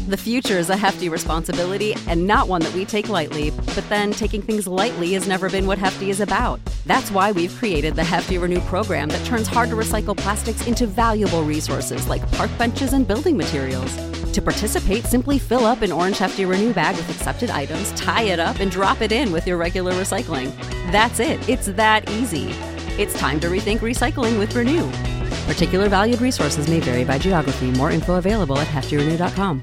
The future is a hefty responsibility and not one that we take lightly. But then taking things lightly has never been what Hefty is about. That's why we've created the Hefty Renew program that turns hard-to-recycle plastics into valuable resources like park benches and building materials. To participate, simply fill up an orange Hefty Renew bag with accepted items, tie it up, and drop it in with your regular recycling. That's it. It's that easy. It's time to rethink recycling with Renew. Particular valued resources may vary by geography. More info available at heftyrenew.com.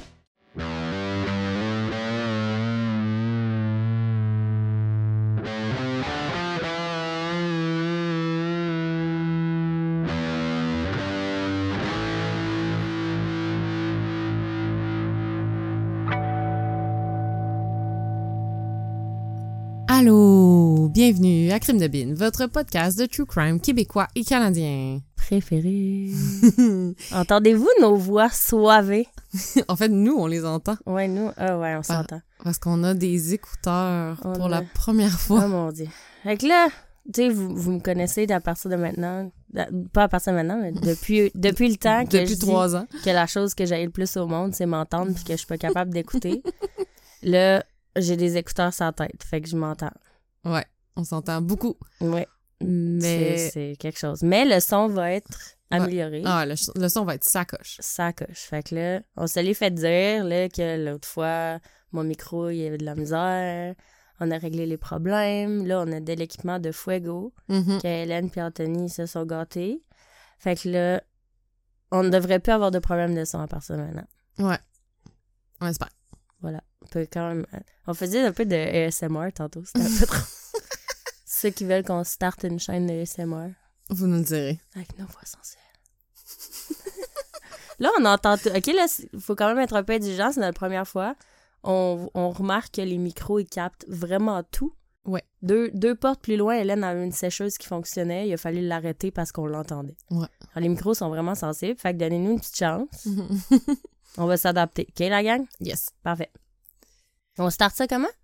Allô, bienvenue à Crime de Bin, votre podcast de true crime québécois et canadien. Préféré. Entendez-vous nos voix soivées? En fait, nous, on les entend. Ouais, nous, on s'entend. Parce qu'on a des écouteurs pour la première fois. Oh mon Dieu. Fait que là, tu sais, vous me connaissez à partir de maintenant, pas à partir de maintenant, mais depuis le temps que depuis 3 ans. Que la chose que j'ai le plus au monde, c'est m'entendre puis que je suis pas capable d'écouter. Là, j'ai des écouteurs sur la tête, fait que je m'entends. Ouais, on s'entend beaucoup. Ouais. Mais c'est quelque chose. Mais le son va être amélioré. Ouais. Ah, le son va être sacoche. Sacoche. Fait que là, on se l'est fait dire là, que l'autre fois, mon micro, il y avait de la misère. On a réglé les problèmes. Là, on a de l'équipement de Fuego que Hélène et Anthony se sont gâtés. Fait que là, on ne devrait plus avoir de problème de son à partir de maintenant. Ouais. On espère. Voilà. On peut quand même... On faisait un peu de ASMR tantôt. C'était un peu trop... Ceux qui veulent qu'on starte une chaîne de ASMR. Vous nous le direz. Avec nos voix sensuelles. Là, on entend... OK, là, il faut quand même être un peu indulgent. C'est notre première fois. On remarque que les micros, ils captent vraiment tout. Ouais. Deux portes plus loin, Hélène avait une sécheuse qui fonctionnait. Il a fallu l'arrêter parce qu'on l'entendait. Ouais. Alors, les micros sont vraiment sensibles. Fait que donnez-nous une petite chance. On va s'adapter. OK, la gang? Yes. Parfait. On start ça comment?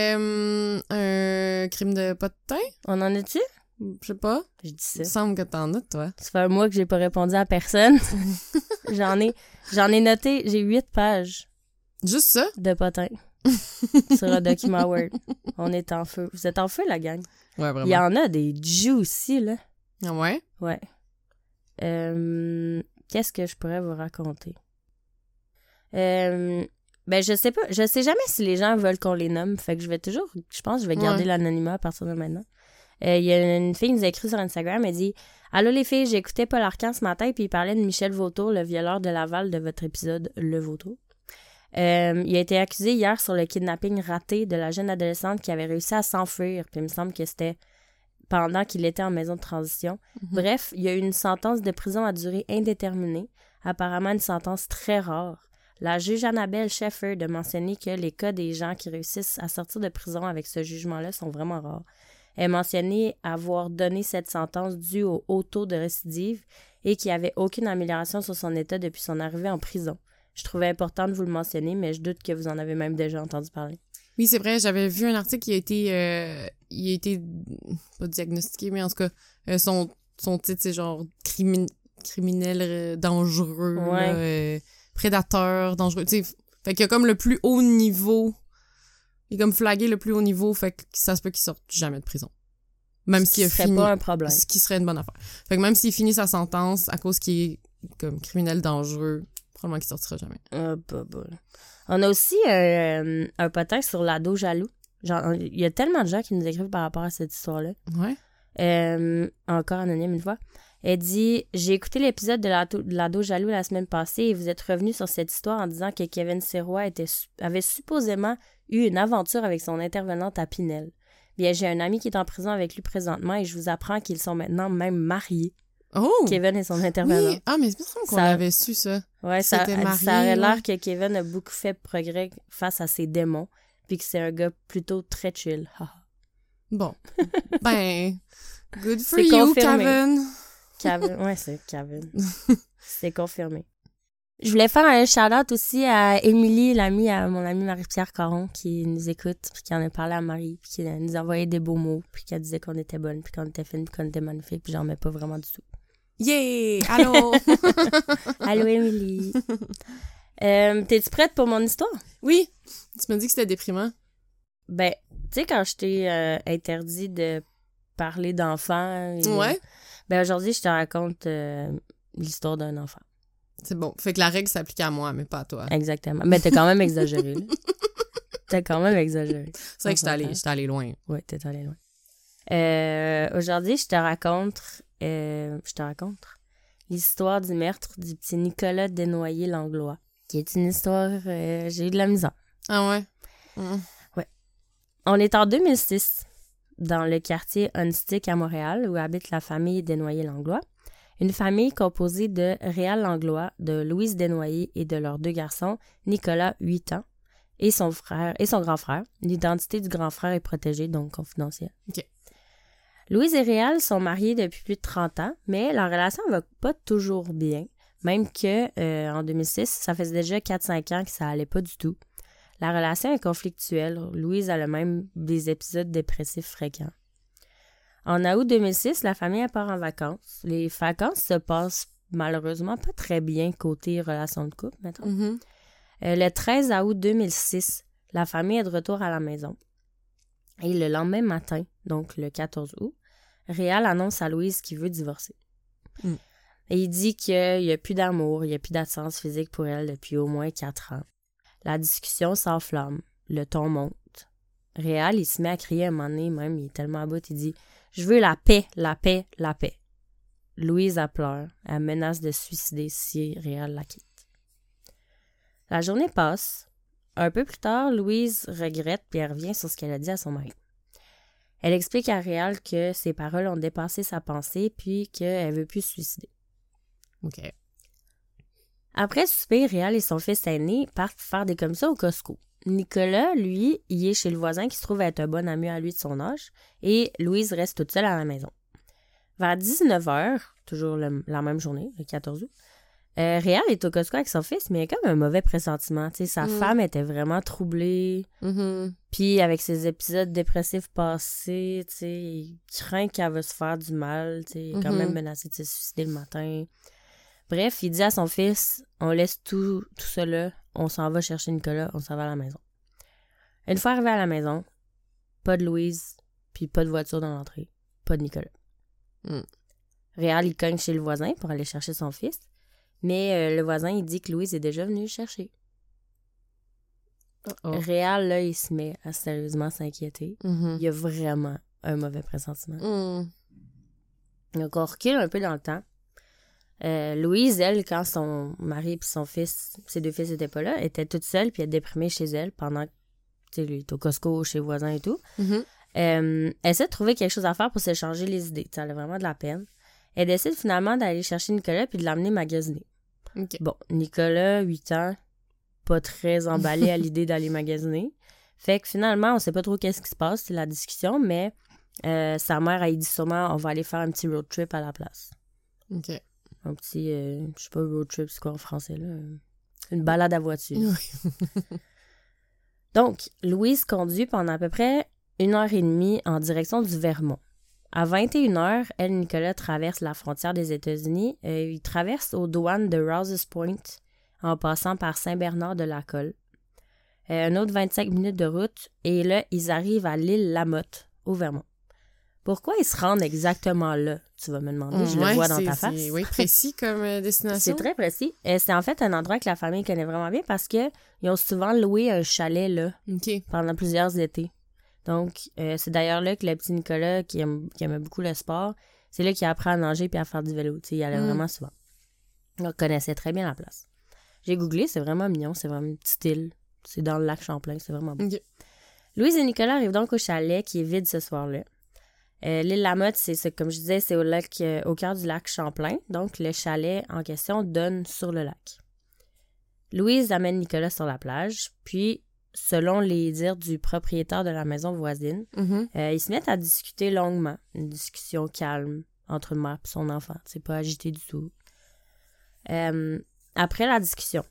Un crime de potin? On en a-tu? Je sais pas. Je dis ça. Il me semble que t'en as, toi. Ça fait un mois que j'ai pas répondu à personne. J'en ai noté, j'ai 8 pages. Juste ça? De potins. Sur un document Word. On est en feu. Vous êtes en feu, la gang? Ouais, vraiment. Il y en a des juicy, là. Ah ouais? Ouais. Qu'est-ce que je pourrais vous raconter? Je sais pas. Je sais jamais si les gens veulent qu'on les nomme. Fait que je pense que je vais garder l'anonymat à partir de maintenant. Il y a une fille qui nous a écrit sur Instagram, elle dit « Allô les filles, j'écoutais Paul Arcand ce matin puis il parlait de Michel Vautour, le violeur de Laval de votre épisode Le Vautour. Il a été accusé hier sur le kidnapping raté de la jeune adolescente qui avait réussi à s'enfuir. Puis il me semble que c'était pendant qu'il était en maison de transition. Bref, il y a eu une sentence de prison à durée indéterminée. Apparemment une sentence très rare. La juge Annabelle Sheffer a mentionné que les cas des gens qui réussissent à sortir de prison avec ce jugement-là sont vraiment rares. Elle a mentionné avoir donné cette sentence due au haut taux de récidive et qu'il n'y avait aucune amélioration sur son état depuis son arrivée en prison. Je trouvais important de vous le mentionner, mais je doute que vous en avez même déjà entendu parler. Oui, c'est vrai, j'avais vu un article qui a été pas diagnostiqué, mais en tout cas, son titre, c'est genre criminel dangereux, ouais. Là, prédateur dangereux, tu sais, fait qu'il y a comme le plus haut niveau, il est comme flagué le plus haut niveau, fait que ça se peut qu'il sorte jamais de prison. Même s'il a fini... Ce serait pas un problème. Ce qui serait une bonne affaire. Fait que même s'il finit sa sentence, à cause qu'il est comme criminel dangereux, probablement qu'il sortira jamais. On a aussi un potin sur l'ado jaloux. Genre, il y a tellement de gens qui nous écrivent par rapport à cette histoire-là. Ouais. Encore anonyme une fois. Elle dit « J'ai écouté l'épisode de l'ado jaloux la semaine passée et vous êtes revenu sur cette histoire en disant que Kevin Sirois avait supposément eu une aventure avec son intervenante à Pinel. Bien, j'ai un ami qui est en prison avec lui présentement et je vous apprends qu'ils sont maintenant même mariés. Oh! Kevin et son intervenant. Oui. Ah, mais c'est pas qu'on avait su ça. Ouais, ça marié, aurait l'air que Kevin a beaucoup fait de progrès face à ses démons puis que c'est un gars plutôt très chill. Bon. Ben, good for c'est you, confirmé. Kevin. Ouais, c'est Kevin. C'est confirmé. Je voulais faire un shout-out aussi à Émilie, mon amie Marie-Pierre Caron, qui nous écoute, puis qui en a parlé à Marie, puis qui nous envoyait des beaux mots, puis qui disait qu'on était bonne, puis qu'on était fine, puis qu'on était magnifique, puis j'en mets pas vraiment du tout. Yeah! Allô! Allô, Émilie! T'es-tu prête pour mon histoire? Oui! Tu m'as dit que c'était déprimant. Ben, tu sais, quand je t'ai interdit de parler d'enfants... Ouais. Ben, aujourd'hui, je te raconte l'histoire d'un enfant. C'est bon. Fait que la règle s'applique à moi, mais pas à toi. Exactement. Mais t'as quand même exagéré, là. T'as quand même exagéré. C'est vrai que j'étais allée loin. Oui, t'es allé loin. Aujourd'hui, je te raconte l'histoire du meurtre du petit Nicolas Desnoyers-Langlois, qui est une histoire... j'ai eu de la misère. Ah ouais? Ouais. On est en 2006, dans le quartier Hunstick à Montréal, où habite la famille Desnoyers-Langlois. Une famille composée de Réal Langlois, de Louise Desnoyers et de leurs 2 garçons, Nicolas, 8 ans, et son grand frère. L'identité du grand frère est protégée, donc confidentielle. OK. Louise et Réal sont mariés depuis plus de 30 ans, mais leur relation ne va pas toujours bien, même que en 2006, ça faisait déjà 4-5 ans que ça allait pas du tout. La relation est conflictuelle. Louise a même des épisodes dépressifs fréquents. En août 2006, la famille part en vacances. Les vacances se passent malheureusement pas très bien côté relations de couple, mettons. Mm-hmm. Le 13 août 2006, la famille est de retour à la maison. Et le lendemain matin, donc le 14 août, Réal annonce à Louise qu'il veut divorcer. Mm. Et il dit qu'il n'y a plus d'amour, il n'y a plus d'attirance physique pour elle depuis au moins 4 ans. La discussion s'enflamme, le ton monte. Réal, il se met à crier un moment donné, même, il est tellement à bout, il dit « Je veux la paix, la paix, la paix ». Louise a pleure, elle menace de se suicider si Réal la quitte. La journée passe. Un peu plus tard, Louise regrette puis elle revient sur ce qu'elle a dit à son mari. Elle explique à Réal que ses paroles ont dépassé sa pensée puis qu'elle veut plus se suicider. OK. Après le souper, Réal et son fils aîné partent faire des commissions au Costco. Nicolas, lui, y est chez le voisin qui se trouve être un bon ami à lui de son âge et Louise reste toute seule à la maison. Vers 19h, toujours la même journée, le 14 août, Réal est au Costco avec son fils, mais il a comme un mauvais pressentiment. T'sais, sa femme était vraiment troublée. Mm-hmm. Puis avec ses épisodes dépressifs passés, il craint qu'elle va se faire du mal. Il est quand même menacé de se suicider le matin. Bref, il dit à son fils, on laisse tout ça là, on s'en va chercher Nicolas, on s'en va à la maison. Une fois arrivé à la maison, pas de Louise, puis pas de voiture dans l'entrée, pas de Nicolas. Réal, il cogne chez le voisin pour aller chercher son fils. Mais le voisin, il dit que Louise est déjà venue le chercher. Réal, là, il se met à sérieusement s'inquiéter. Mm-hmm. Il y a vraiment un mauvais pressentiment. Donc, on recule un peu dans le temps. Louise, elle, quand son mari et son fils, ses 2 fils n'étaient pas là, était toute seule puis elle est déprimée chez elle pendant que, tu sais, lui, il est au Costco, chez le voisin et tout. Mm-hmm. Elle essaie de trouver quelque chose à faire pour s'échanger les idées. Elle a vraiment de la peine. Elle décide finalement d'aller chercher Nicolas puis de l'emmener magasiner. Okay. Bon, Nicolas, 8 ans, pas très emballé à l'idée d'aller magasiner. Fait que finalement, on sait pas trop qu'est-ce qui se passe, c'est la discussion, mais sa mère, elle dit sûrement, on va aller faire un petit road trip à la place. OK. Un petit, je sais pas, road trip, c'est quoi en français, là? Une balade à voiture. Donc, Louise conduit pendant à peu près 1h30 en direction du Vermont. À 21h, elle et Nicolas traversent la frontière des États-Unis. Ils traversent aux douanes de Rouse's Point en passant par Saint-Bernard-de-la-Colle. Un autre 25 minutes de route et là, ils arrivent à l'île Lamotte, au Vermont. Pourquoi ils se rendent exactement là? Tu vas me demander, je le vois dans ta face. Oui, précis comme destination. C'est très précis. C'est en fait un endroit que la famille connaît vraiment bien parce qu'ils ont souvent loué un chalet là pendant plusieurs étés. Donc, c'est d'ailleurs là que le petit Nicolas, qui aimait beaucoup le sport, c'est là qu'il apprend à nager puis à faire du vélo. Il y allait vraiment souvent. On connaissait très bien la place. J'ai googlé, c'est vraiment mignon. C'est vraiment une petite île. C'est dans le lac Champlain. C'est vraiment beau. Okay. Louise et Nicolas arrivent donc au chalet qui est vide ce soir-là. L'île Lamotte, comme je disais, c'est au cœur du lac Champlain. Donc, le chalet en question donne sur le lac. Louise amène Nicolas sur la plage, puis selon les dires du propriétaire de la maison voisine, ils se mettent à discuter longuement. Une discussion calme entre une mère et son enfant. C'est pas agité du tout. Après la discussion,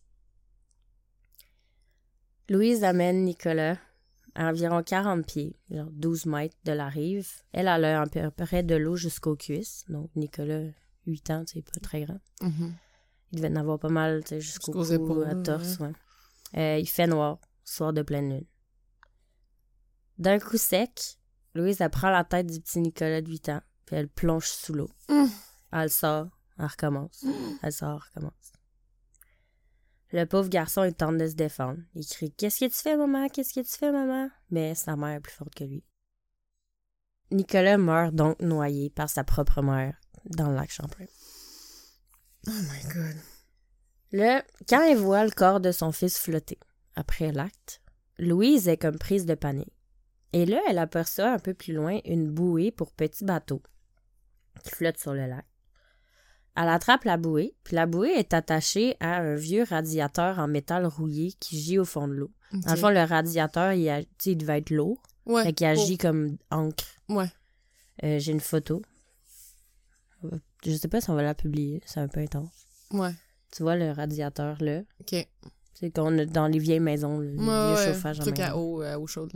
Louise amène Nicolas à environ 40 pieds, genre 12 mètres de la rive. Elle a à peu près de l'eau jusqu'aux cuisses. Donc, Nicolas, 8 ans, c'est pas très grand. Il devait en avoir pas mal, tu sais, jusqu'au cou, épaules, à torse, ouais. Il fait noir, soir de pleine lune. D'un coup sec, Louise, elle prend la tête du petit Nicolas de 8 ans, puis elle plonge sous l'eau. Elle sort, elle recommence. Elle sort, elle recommence. Le pauvre garçon, il tente de se défendre. Il crie « Qu'est-ce que tu fais, maman? Qu'est-ce que tu fais, maman? » Mais sa mère est plus forte que lui. Nicolas meurt donc noyé par sa propre mère dans le lac Champlain. Oh my God. Là, quand elle voit le corps de son fils flotter après l'acte, Louise est comme prise de panique. Et là, elle aperçoit un peu plus loin une bouée pour petits bateaux qui flotte sur le lac. Elle attrape la bouée, puis la bouée est attachée à un vieux radiateur en métal rouillé qui gît au fond de l'eau. Okay. Dans le fond, le radiateur, il devait être lourd, ouais, fait qu'il agit comme encre. Ouais. J'ai une photo. Je sais pas si on va la publier, c'est un peu intense. Ouais. Tu vois le radiateur là? OK. C'est qu'on a dans les vieilles maisons, le vieux chauffage en truc maison. à eau chaude, là,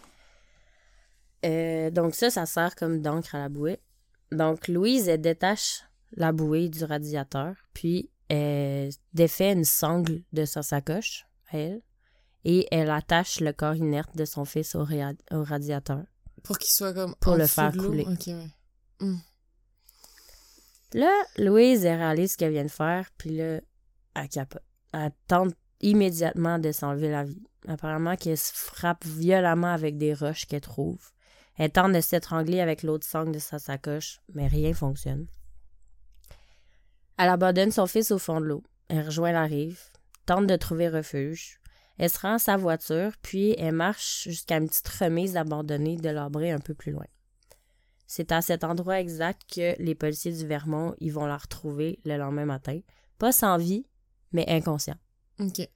ouais. Donc ça sert comme d'encre à la bouée. Donc Louise, elle détache la bouée du radiateur, puis elle défait une sangle de sa sacoche, à elle, et elle attache le corps inerte de son fils au radiateur. Pour qu'il soit comme pour en le faire de l'eau. couler. OK, ouais. Là, Louise, elle réalise ce qu'elle vient de faire, puis là, elle capote. Elle tente immédiatement de s'enlever la vie. Apparemment qu'elle se frappe violemment avec des roches qu'elle trouve. Elle tente de s'étrangler avec l'autre sangle de sa sacoche, mais rien fonctionne. Elle abandonne son fils au fond de l'eau. Elle rejoint la rive, tente de trouver refuge. Elle se rend à sa voiture, puis elle marche jusqu'à une petite remise abandonnée de l'arbré un peu plus loin. C'est à cet endroit exact que les policiers du Vermont ils vont la retrouver le lendemain matin. Pas sans vie, mais inconscient. OK.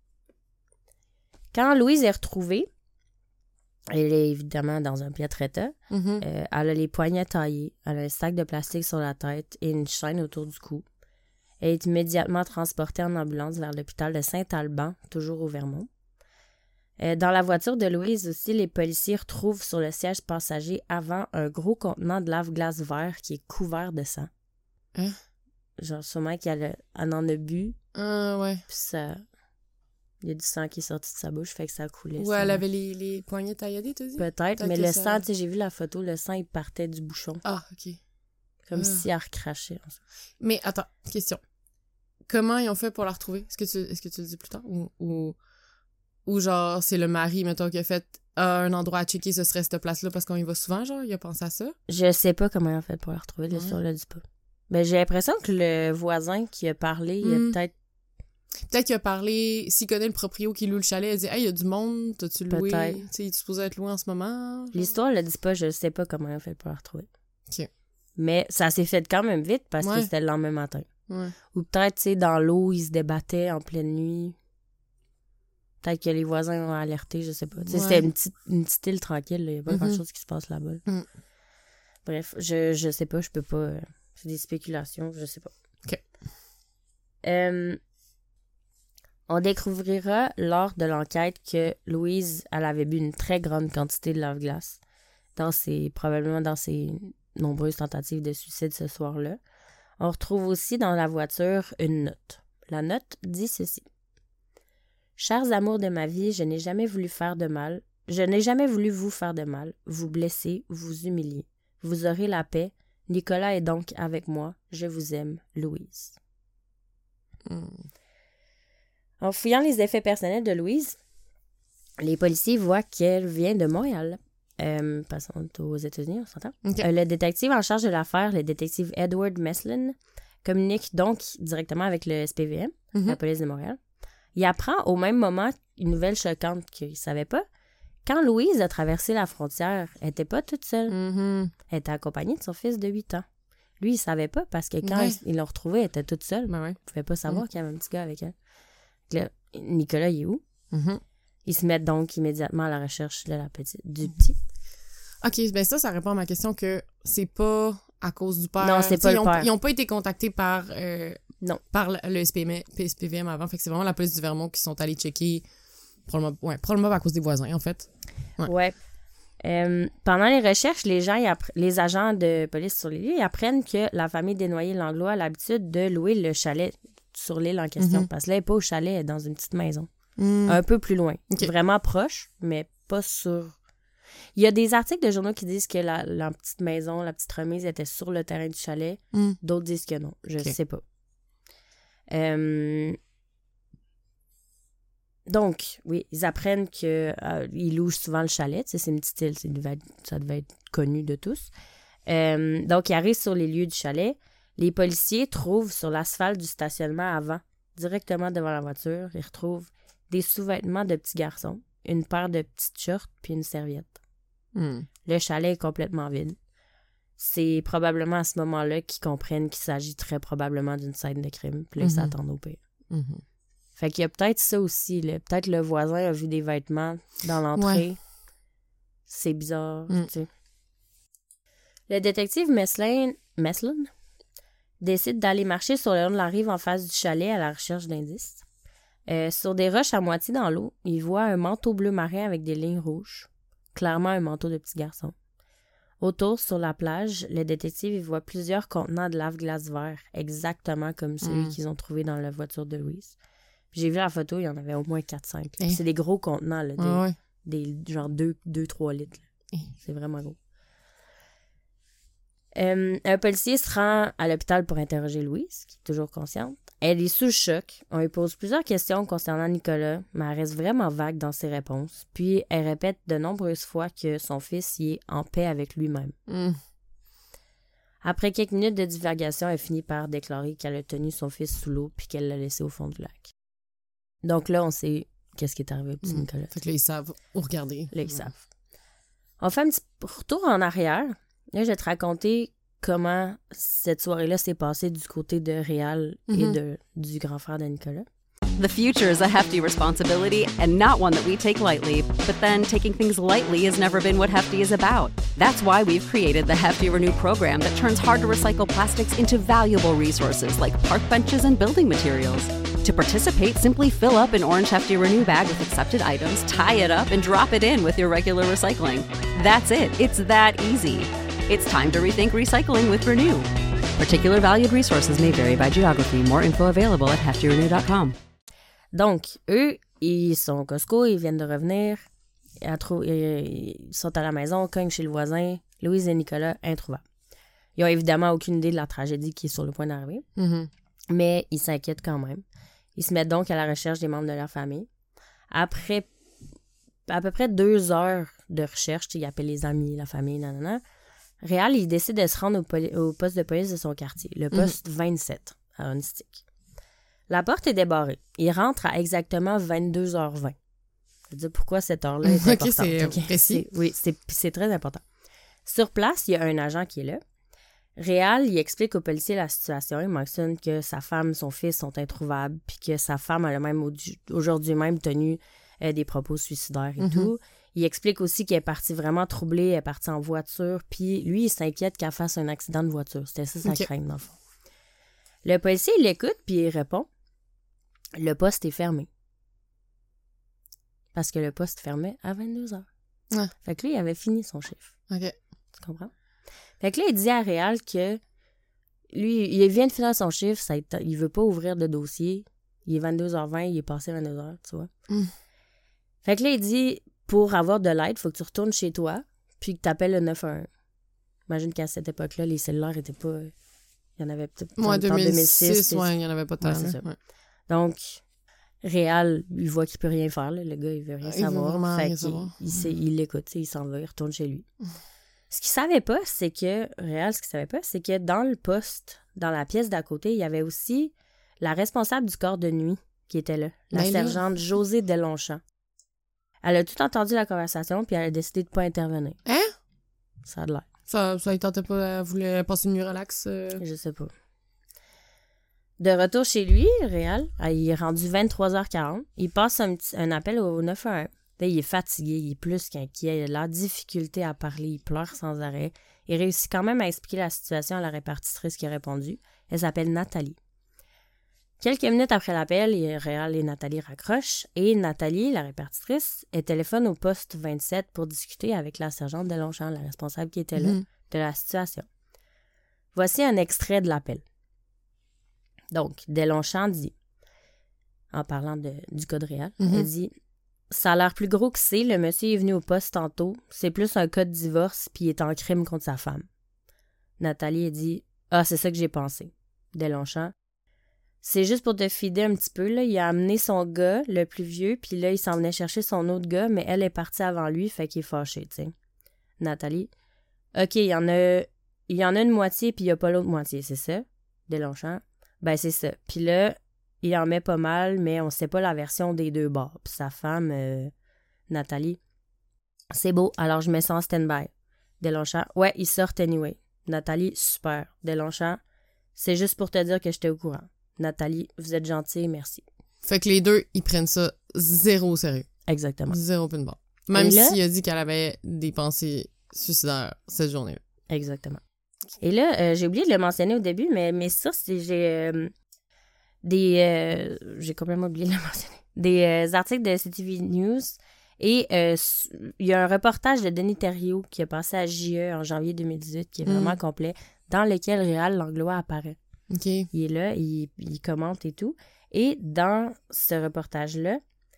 Quand Louise est retrouvée, elle est évidemment dans un piètre état. Elle a les poignets taillés, elle a un sac de plastique sur la tête et une chaîne autour du cou. Elle est immédiatement transportée en ambulance vers l'hôpital de Saint-Alban, toujours au Vermont. Dans la voiture de Louise aussi, les policiers retrouvent sur le siège passager avant un gros contenant de lave-glace vert qui est couvert de sang. Hein? Genre sûrement qu'elle en a bu. Ouais. Puis ça... Il y a du sang qui est sorti de sa bouche, fait que ça a coulé. Ouais, elle avait les poignets tailladés, t'as dit? Peut-être, mais le sang, tu sais, j'ai vu la photo, le sang, il partait du bouchon. Ah, OK. Comme si elle recrachait. Mais attends, question. Comment ils ont fait pour la retrouver? Est-ce que tu le dis plus tard? Ou genre, c'est le mari, mettons, qui a fait un endroit à checker, ce serait cette place-là parce qu'on y va souvent, genre, il a pensé à ça? Je sais pas comment ils ont fait pour la retrouver, l'histoire le dit pas. Ben, j'ai l'impression que le voisin qui a parlé, il a peut-être... Peut-être qu'il a parlé, s'il connaît le proprio qui loue le chalet, il a dit « Hey, il y a du monde, t'as-tu loué? » Tu sais, il est supposé être loué en ce moment? Genre? L'histoire le dit pas, je sais pas comment ils ont fait pour la retrouver. OK. Mais ça s'est fait quand même vite parce que c'était le lendemain matin. Ouais. Ou peut-être, tu sais, dans l'eau, ils se débattaient en pleine nuit. Peut-être que les voisins ont alerté, je sais pas. Tu sais, c'était une petite île tranquille, il y a pas grand-chose qui se passe là-bas. Bref, je sais pas, je peux pas... c'est des spéculations, je sais pas. OK. On découvrira lors de l'enquête que Louise, elle avait bu une très grande quantité de lave-glace probablement dans ses nombreuses tentatives de suicide ce soir-là. On retrouve aussi dans la voiture une note. La note dit ceci. « Chers amours de ma vie, je n'ai jamais voulu faire de mal. Je n'ai jamais voulu vous faire de mal, vous blesser, vous humilier. Vous aurez la paix. Nicolas est donc avec moi. Je vous aime, Louise. » En fouillant les effets personnels de Louise, les policiers voient qu'elle vient de Montréal. Passons aux États-Unis, on s'entend? Okay. Le détective en charge de l'affaire, le détective Edward Meslin, communique donc directement avec le SPVM, la police de Montréal. Il apprend au même moment une nouvelle choquante qu'il ne savait pas. Quand Louise a traversé la frontière, elle n'était pas toute seule. Elle était accompagnée de son fils de 8 ans. Lui, il ne savait pas parce que quand ils l'ont retrouvée, elle était toute seule. Ben ouais. Il ne pouvait pas savoir qu'il y avait un petit gars avec elle. Là, Nicolas, il est où? Ils se mettent donc immédiatement à la recherche de du petit. OK, ben ça répond à ma question que c'est pas à cause du père. Non, c'est pas le père. Ils ont pas été contactés par non. Par le SPVM avant. Fait que c'est vraiment la police du Vermont qui sont allés checker. Probablement à cause des voisins, en fait. Ouais. Pendant les recherches, les agents de police sur les lieux, ils apprennent que la famille Desnoyers-Langlois a l'habitude de louer le chalet sur l'île en question. Parce que là, elle n'est pas au chalet, elle est dans une petite maison. Mm. Un peu plus loin. Ok. Vraiment proche, mais pas sur... Il y a des articles de journaux qui disent que la petite maison, la petite remise était sur le terrain du chalet. Mm. D'autres disent que non. Je Ok. sais pas. Donc, oui, ils apprennent qu'ils louent souvent le chalet. Tu sais, c'est une petite île, ça devait être connu de tous. Donc, ils arrivent sur les lieux du chalet. Les policiers trouvent sur l'asphalte du stationnement avant, directement devant la voiture, ils retrouvent des sous-vêtements de petits garçons, une paire de petites shorts puis une serviette. Mm. Le chalet est complètement vide. C'est probablement à ce moment-là qu'ils comprennent qu'il s'agit très probablement d'une scène de crime. Puis là, ils s'attendent au pire. Mhm. Fait qu'il y a peut-être ça aussi. Là. Peut-être le voisin a vu des vêtements dans l'entrée. Ouais. C'est bizarre, Mm. tu sais. Le détective Meslin décide d'aller marcher sur le long de la rive en face du chalet à la recherche d'indices. Sur des roches à moitié dans l'eau, il voit un manteau bleu marin avec des lignes rouges. Clairement un manteau de petit garçon. Autour, sur la plage, le détective il voit plusieurs contenants de lave-glace vert, exactement comme celui qu'ils ont trouvé dans la voiture de Louise. Puis j'ai vu la photo, il y en avait au moins 4-5. Hein? C'est des gros contenants, là, Ouais. des genre 2-3 litres. Là. Hein? C'est vraiment gros. Un policier se rend à l'hôpital pour interroger Louise, qui est toujours consciente. Elle est sous le choc. On lui pose plusieurs questions concernant Nicolas, mais elle reste vraiment vague dans ses réponses. Puis elle répète de nombreuses fois que son fils y est en paix avec lui-même. Mm. Après quelques minutes de divagation, elle finit par déclarer qu'elle a tenu son fils sous l'eau puis qu'elle l'a laissé au fond du lac. Donc là, on sait qu'est-ce qui est arrivé au petit Nicolas. Fait que là, ils savent où regarder. Là, ils savent. On fait un petit retour en arrière. Là, je vais te raconter comment cette soirée-là s'est passée du côté de Réal et du grand frère de Nicolas. The future is a hefty responsibility and not one that we take lightly. But then taking things lightly has never been what Hefty is about. That's why we've created the Hefty Renew program that turns hard to recycle plastics into valuable resources like park benches and building materials. To participate, simply fill up an orange Hefty Renew bag with accepted items, tie it up, and drop it in with your regular recycling. That's it. It's that easy. It's time to rethink recycling with Renew. Particular valued resources may vary by geography. More info available at heftyrenew.com. Donc, eux, ils sont au Costco, ils viennent de revenir, ils sont à la maison, cognent chez le voisin, Louise et Nicolas, introuvables. Ils ont évidemment aucune idée de la tragédie qui est sur le point d'arriver, mais ils s'inquiètent quand même. Ils se mettent donc à la recherche des membres de leur famille. Après à peu près 2 heures de recherche, ils appellent les amis, la famille, nanana, Réal, il décide de se rendre au poste de police de son quartier, le poste 27, à Honestic. La porte est débarrée. Il rentre à exactement 22h20. Je veux dire, pourquoi cette heure-là est importante? C'est précis. Oui, c'est très important. Sur place, il y a un agent qui est là. Réal, il explique au policier la situation. Il mentionne que sa femme, son fils sont introuvables, puis que sa femme a même aujourd'hui même tenu des propos suicidaires et tout. Il explique aussi qu'elle est partie vraiment troublée, elle est partie en voiture, puis lui, il s'inquiète qu'elle fasse un accident de voiture. C'était ça sa crainte, dans le fond. Le policier, il l'écoute, puis il répond « Le poste est fermé. » Parce que le poste fermait à 22h. Ouais. Fait que lui, il avait fini son chiffre. OK. Tu comprends? Fait que là, il dit à Réal que lui, il vient de finir son chiffre, il veut pas ouvrir de dossier. Il est 22h20, il est passé 22h, tu vois. Fait que là, il dit, pour avoir de l'aide, il faut que tu retournes chez toi, puis que tu appelles le 911. Imagine qu'à cette époque-là, les cellulaires étaient pas... Il y en avait peut-être... Moi, 2006, ouais, il n'y en avait pas tant. Ouais, c'est ça. Ouais. Donc, Réal, il voit qu'il peut rien faire, là. Le gars, il veut rien savoir. Veut fait rien qu'il savoir. il l'écoute, il s'en va, il retourne chez lui. Ce qu'il savait pas, c'est que... Réal, ce qu'il savait pas, c'est que dans le poste, dans la pièce d'à côté, il y avait aussi la responsable du corps de nuit qui était là, la sergente Josée Delonchamp. Elle a tout entendu la conversation, puis elle a décidé de pas intervenir. Hein? Ça a de l'air. Ça il tentait pas, elle voulait passer une nuit relax. Je sais pas. De retour chez lui, Réal, il est rendu 23h40. Il passe un appel au 911. Là, il est fatigué, il est plus qu'inquiet, il a de la difficulté à parler, il pleure sans arrêt. Il réussit quand même à expliquer la situation à la répartitrice qui a répondu. Elle s'appelle Nathalie. Quelques minutes après l'appel, Réal et Nathalie raccrochent et Nathalie, la répartitrice, elle téléphone au poste 27 pour discuter avec la sergente Delonchamp, la responsable qui était là, de la situation. Voici un extrait de l'appel. Donc, Deslongchamps dit, en parlant du cas de Réal, elle dit « Ça a l'air plus gros que c'est, le monsieur est venu au poste tantôt, c'est plus un cas de divorce, puis il est en crime contre sa femme. » Nathalie, elle dit « Ah, c'est ça que j'ai pensé. » Deslongchamps, « C'est juste pour te fider un petit peu, là, il a amené son gars, le plus vieux, puis là, il s'en venait chercher son autre gars, mais elle est partie avant lui, fait qu'il est fâché, tu sais. » Nathalie, « OK, il y en a une moitié, puis il n'y a pas l'autre moitié, c'est ça? » Deslongchamps, « Ben, c'est ça. Puis là, il en met pas mal, mais on sait pas la version des deux bords. » Puis sa femme, Nathalie, « C'est beau, alors je mets ça en stand-by. » Deslongchamps, « Ouais, ils sortent anyway. » Nathalie, « Super. » Deslongchamps, « C'est juste pour te dire que j'étais au courant. » Nathalie, « Vous êtes gentille, merci. » Fait que les deux, ils prennent ça zéro au sérieux. Exactement. Zéro pin barre. Même là, s'il a dit qu'elle avait des pensées suicidaires cette journée-là. Exactement. Et là, j'ai oublié de le mentionner au début, mais ça, j'ai complètement oublié de le mentionner. Des articles de CTV News et il y a un reportage de Denis Thériault qui a passé à JE en janvier 2018 qui est vraiment complet, dans lequel Réal Langlois apparaît. OK. Il est là, il commente et tout. Et dans ce reportage-là,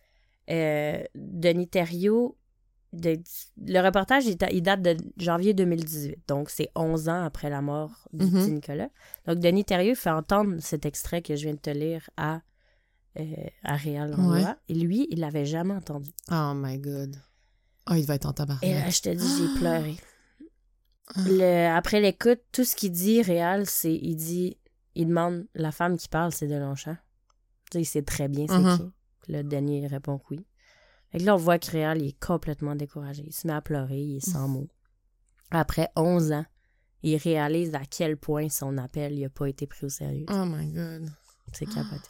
Denis Thériault, le reportage, il date de janvier 2018. Donc, c'est 11 ans après la mort du petit Nicolas. Donc, Denis Thériault fait entendre cet extrait que je viens de te lire à Réal Langlois. Ouais. Et lui, il l'avait jamais entendu. Oh my God. Oh, il va être en tabarnak. Et là, je te dis, j'ai pleuré. Après l'écoute, tout ce qu'il dit, Réal, c'est, il demande, la femme qui parle, c'est Deslongchamps. Tu sais, il sait très bien c'est qui. Puis là, Denis répond que oui. Fait que là, on voit que Réal, il est complètement découragé. Il se met à pleurer, il est sans mots. Après 11 ans, il réalise à quel point son appel n'a pas été pris au sérieux. Oh my God. C'est capoté.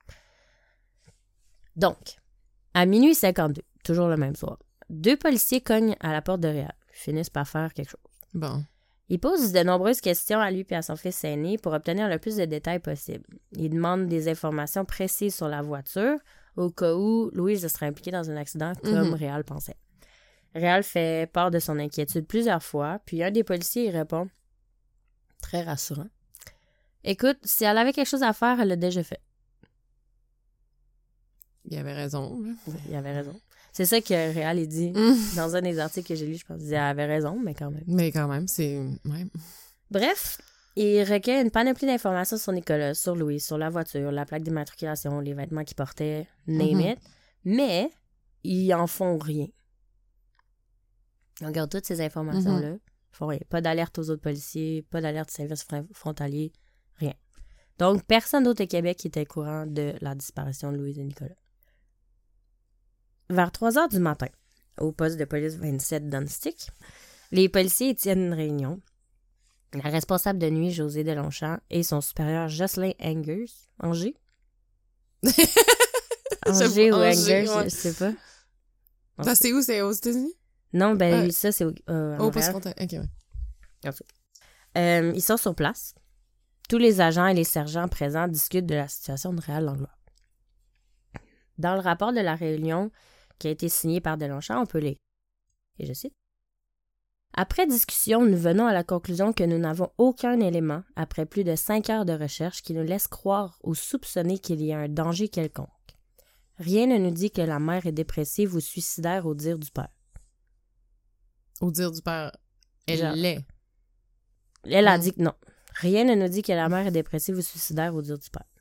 Donc, à minuit 52, toujours le même soir, 2 policiers cognent à la porte de Réal. Ils finissent par faire quelque chose. Bon. Ils posent de nombreuses questions à lui et à son fils aîné pour obtenir le plus de détails possible. Ils demandent des informations précises sur la voiture, au cas où Louise serait impliquée dans un accident comme Réal pensait. Réal fait part de son inquiétude plusieurs fois, puis un des policiers y répond, très rassurant, « Écoute, si elle avait quelque chose à faire, elle l'a déjà fait. » Il avait raison. Il avait raison. C'est ça que Réal il dit dans un des articles que j'ai lu, je pense. Il disait, elle avait raison, mais quand même. Mais quand même, c'est... Ouais. Bref, il recueille une panoplie d'informations sur Nicolas, sur Louis, sur la voiture, la plaque d'immatriculation, les vêtements qu'il portait, name it. Mais ils en font rien. On regarde toutes ces informations-là. Ils font rien. Pas d'alerte aux autres policiers, pas d'alerte au service frontalier, rien. Donc, personne d'autre au Québec qui était au courant de la disparition de Louise et Nicolas. Vers 3 heures du matin, au poste de police 27 Dunstick, les policiers tiennent une réunion. La responsable de nuit, Josée Deslongchamps, et son supérieur, Jocelyn Angers. Angers? Angers ou Angers, ouais. Je sais pas. Ça, c'est où? C'est aux États-Unis? Non, ben ça, c'est au poste frontal. OK, ouais. Ils sont sur place. Tous les agents et les sergents présents discutent de la situation de Réal Langlois. Dans le rapport de la réunion qui a été signé par Deslongchamps, on peut lire. Et je cite. Après discussion, nous venons à la conclusion que nous n'avons aucun élément, après plus de 5 heures de recherche, qui nous laisse croire ou soupçonner qu'il y a un danger quelconque. Rien ne nous dit que la mère est dépressive ou suicidaire au dire du père. Au dire du père, elle l'est. Elle a dit que non. Rien ne nous dit que la mère est dépressive ou suicidaire au dire du père.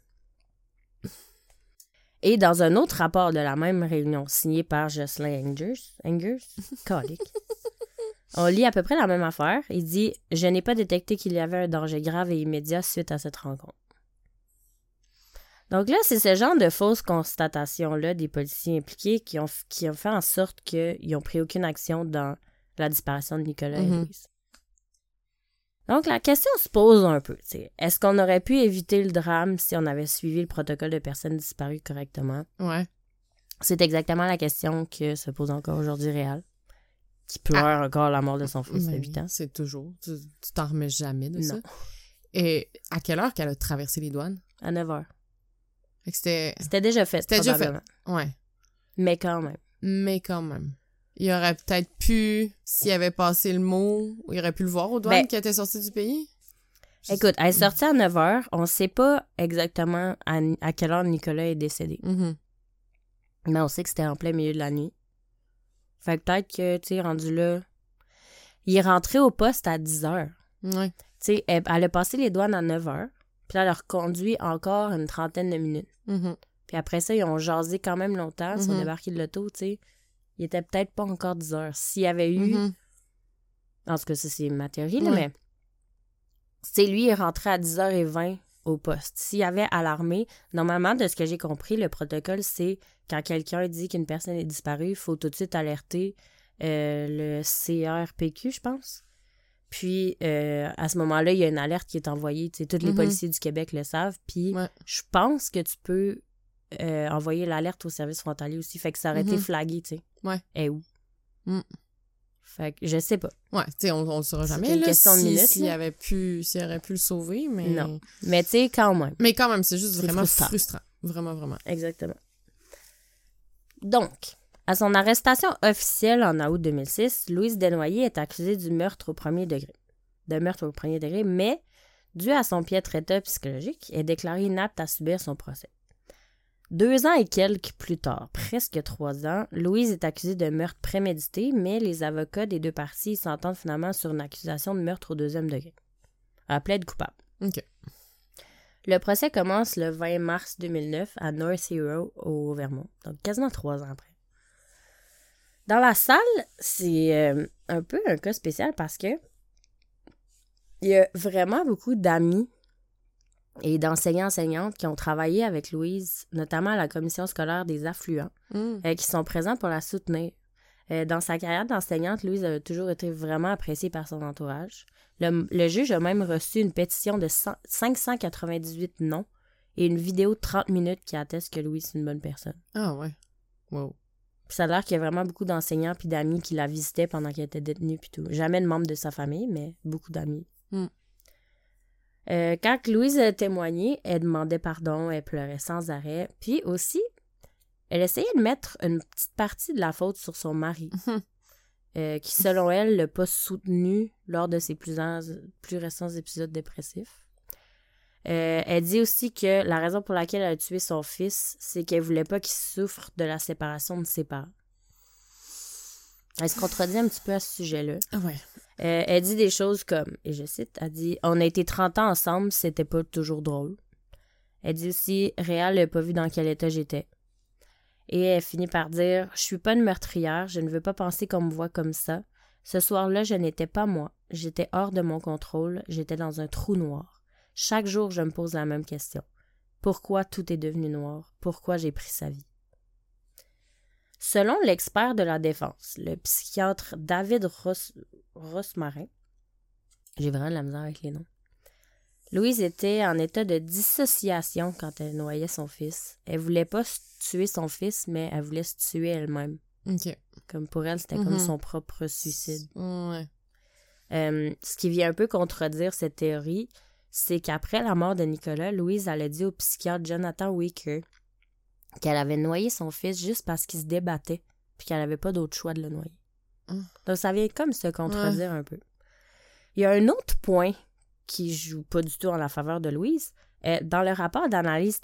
Et dans un autre rapport de la même réunion, signé par Jocelyn Angers, calique, on lit à peu près la même affaire. Il dit « Je n'ai pas détecté qu'il y avait un danger grave et immédiat suite à cette rencontre. » Donc là, c'est ce genre de fausses constatations-là des policiers impliqués qui ont fait en sorte qu'ils n'ont pris aucune action dans la disparition de Nicolas et Louise. Donc, la question se pose un peu. Est-ce qu'on aurait pu éviter le drame si on avait suivi le protocole de personnes disparues correctement? Ouais. C'est exactement la question que se pose encore aujourd'hui Réal, qui pleure encore la mort de son fils de 8 ans. C'est toujours. Tu t'en remets jamais de ça. Non. Et à quelle heure qu'elle a traversé les douanes? À 9 heures. Fait que C'était déjà fait, C'était déjà fait. Ouais. Mais quand même. Il aurait peut-être pu, s'il avait passé le mot, il aurait pu le voir aux douanes qui était sorti du pays? Écoute, elle est sortie à 9h. On sait pas exactement à quelle heure Nicolas est décédé. Mhm. Mais on sait que c'était en plein milieu de la nuit. Fait que peut-être que, tu sais, rendu là... Il est rentré au poste à 10h. Ouais. Tu sais, elle a passé les douanes à 9h. Puis là, elle a reconduit encore une trentaine de minutes. Mhm. Puis après ça, ils ont jasé quand même longtemps. Ils sont débarqués de l'auto, tu sais. Il était peut-être pas encore 10h. S'il y avait eu... En tout cas, ça, c'est ma théorie, là, mais... C'est lui, il est rentré à 10h20 au poste. S'il y avait alarmé, normalement, de ce que j'ai compris, le protocole, c'est quand quelqu'un dit qu'une personne est disparue, il faut tout de suite alerter le CRPQ, je pense. Puis, à ce moment-là, il y a une alerte qui est envoyée. Tu sais, tous les policiers du Québec le savent. Puis, je pense que tu peux envoyer l'alerte au service frontalier aussi. Fait que ça aurait été flagué, tu sais. Ouais. Et où? Fait que je sais pas. Ouais, tu sais, on le saura jamais. C'est une question de minutes. S'il aurait pu le sauver, mais... Non. Mais tu sais, quand même. Mais quand même, c'est juste vraiment frustrant. frustrant. Vraiment, vraiment. Exactement. Donc, à son arrestation officielle en août 2006, Louise Desnoyers est accusée du meurtre au premier degré. Mais, dû à son piètre état psychologique, est déclarée inapte à subir son procès. 2 ans et quelques plus tard, presque 3 ans, Louise est accusée de meurtre prémédité, mais les avocats des deux parties s'entendent finalement sur une accusation de meurtre au 2e degré. Elle plaide coupable. OK. Le procès commence le 20 mars 2009 à North Hero, au Vermont, donc quasiment 3 ans après. Dans la salle, c'est un peu un cas spécial parce que il y a vraiment beaucoup d'amis et d'enseignants-enseignantes qui ont travaillé avec Louise, notamment à la commission scolaire des affluents, qui sont présents pour la soutenir. Dans sa carrière d'enseignante, Louise a toujours été vraiment appréciée par son entourage. Le juge a même reçu une pétition de 598 noms et une vidéo de 30 minutes qui atteste que Louise est une bonne personne. Ah ouais. Wow. Puis ça a l'air qu'il y a vraiment beaucoup d'enseignants puis d'amis qui la visitaient pendant qu'elle était détenue puis tout. Jamais de membres de sa famille, mais beaucoup d'amis. Quand Louise a témoigné, elle demandait pardon, elle pleurait sans arrêt. Puis aussi, elle essayait de mettre une petite partie de la faute sur son mari, qui, selon elle, l'a pas soutenu lors de ses plus récents épisodes dépressifs. Elle dit aussi que la raison pour laquelle elle a tué son fils, c'est qu'elle voulait pas qu'il souffre de la séparation de ses parents. Elle se contredit un petit peu à ce sujet-là. Ouais. Elle dit des choses comme, et je cite, elle dit « On a été 30 ans ensemble, c'était pas toujours drôle. » Elle dit aussi « Réal n'a pas vu dans quel état j'étais. » Et elle finit par dire « Je suis pas une meurtrière, je ne veux pas penser qu'on me voit comme ça. Ce soir-là, je n'étais pas moi. J'étais hors de mon contrôle, j'étais dans un trou noir. Chaque jour, je me pose la même question. Pourquoi tout est devenu noir? Pourquoi j'ai pris sa vie? » Selon l'expert de la défense, le psychiatre David Rosmarin, j'ai vraiment de la misère avec les noms, Louise était en état de dissociation quand elle noyait son fils. Elle voulait pas tuer son fils, mais elle voulait se tuer elle-même. OK. Comme pour elle, c'était comme son propre suicide. Ouais. Ce qui vient un peu contredire cette théorie, c'est qu'après la mort de Nicolas, Louise elle a dit au psychiatre Jonathan Weaker qu'elle avait noyé son fils juste parce qu'il se débattait puis qu'elle n'avait pas d'autre choix de le noyer. Donc, ça vient comme se contredire un peu. Il y a un autre point qui joue pas du tout en la faveur de Louise. Dans le rapport d'analyse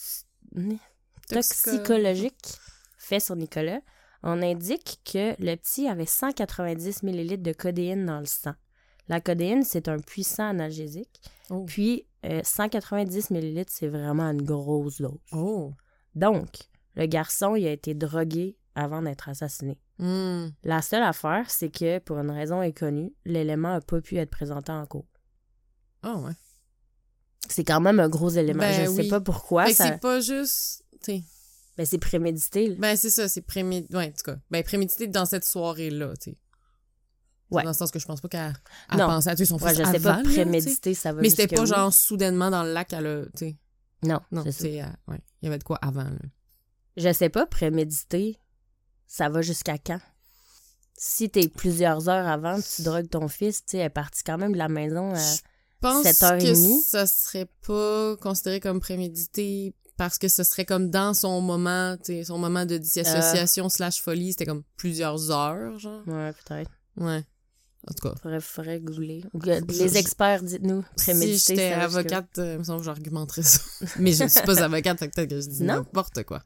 toxicologique fait sur Nicolas, on indique que le petit avait 190 ml de codéine dans le sang. La codéine, c'est un puissant analgésique. Puis, 190 ml, c'est vraiment une grosse dose. Donc, le garçon, il a été drogué avant d'être assassiné. La seule affaire, c'est que, pour une raison inconnue, l'élément n'a pas pu être présenté en cours. Ah ouais. C'est quand même un gros élément. Ben, je sais pas pourquoi. Fait que c'est pas juste... T'sais. Ben, c'est prémédité. Ben, c'est ça, c'est prémédité. Ouais, en tout cas. Ben, prémédité dans cette soirée-là, tu sais. Ouais. Dans le sens que je pense pas qu'elle pensait à tuer son fils je avant. sais pas, prémédité, ça va. Mais c'était pas genre soudainement dans le lac, elle a, tu sais. Non, c'est ça. Ouais. Il y avait de quoi avant, là. Je sais pas, prémédité, ça va jusqu'à quand? Si t'es plusieurs heures avant, tu drogues ton fils, tu sais, elle est partie quand même de la maison à 7h30. Je pense que ça serait pas considéré comme prémédité parce que ce serait comme dans son moment, tu sais, son moment de dissociation /folie, c'était comme plusieurs heures, genre. Ouais, peut-être. Ouais. En tout cas. Faudrait googler. Les experts, dites-nous, préméditer. Si j'étais avocate, il me semble que j'argumenterais ça. Mais je ne suis pas avocate, fait que peut-être que je dis n'importe quoi.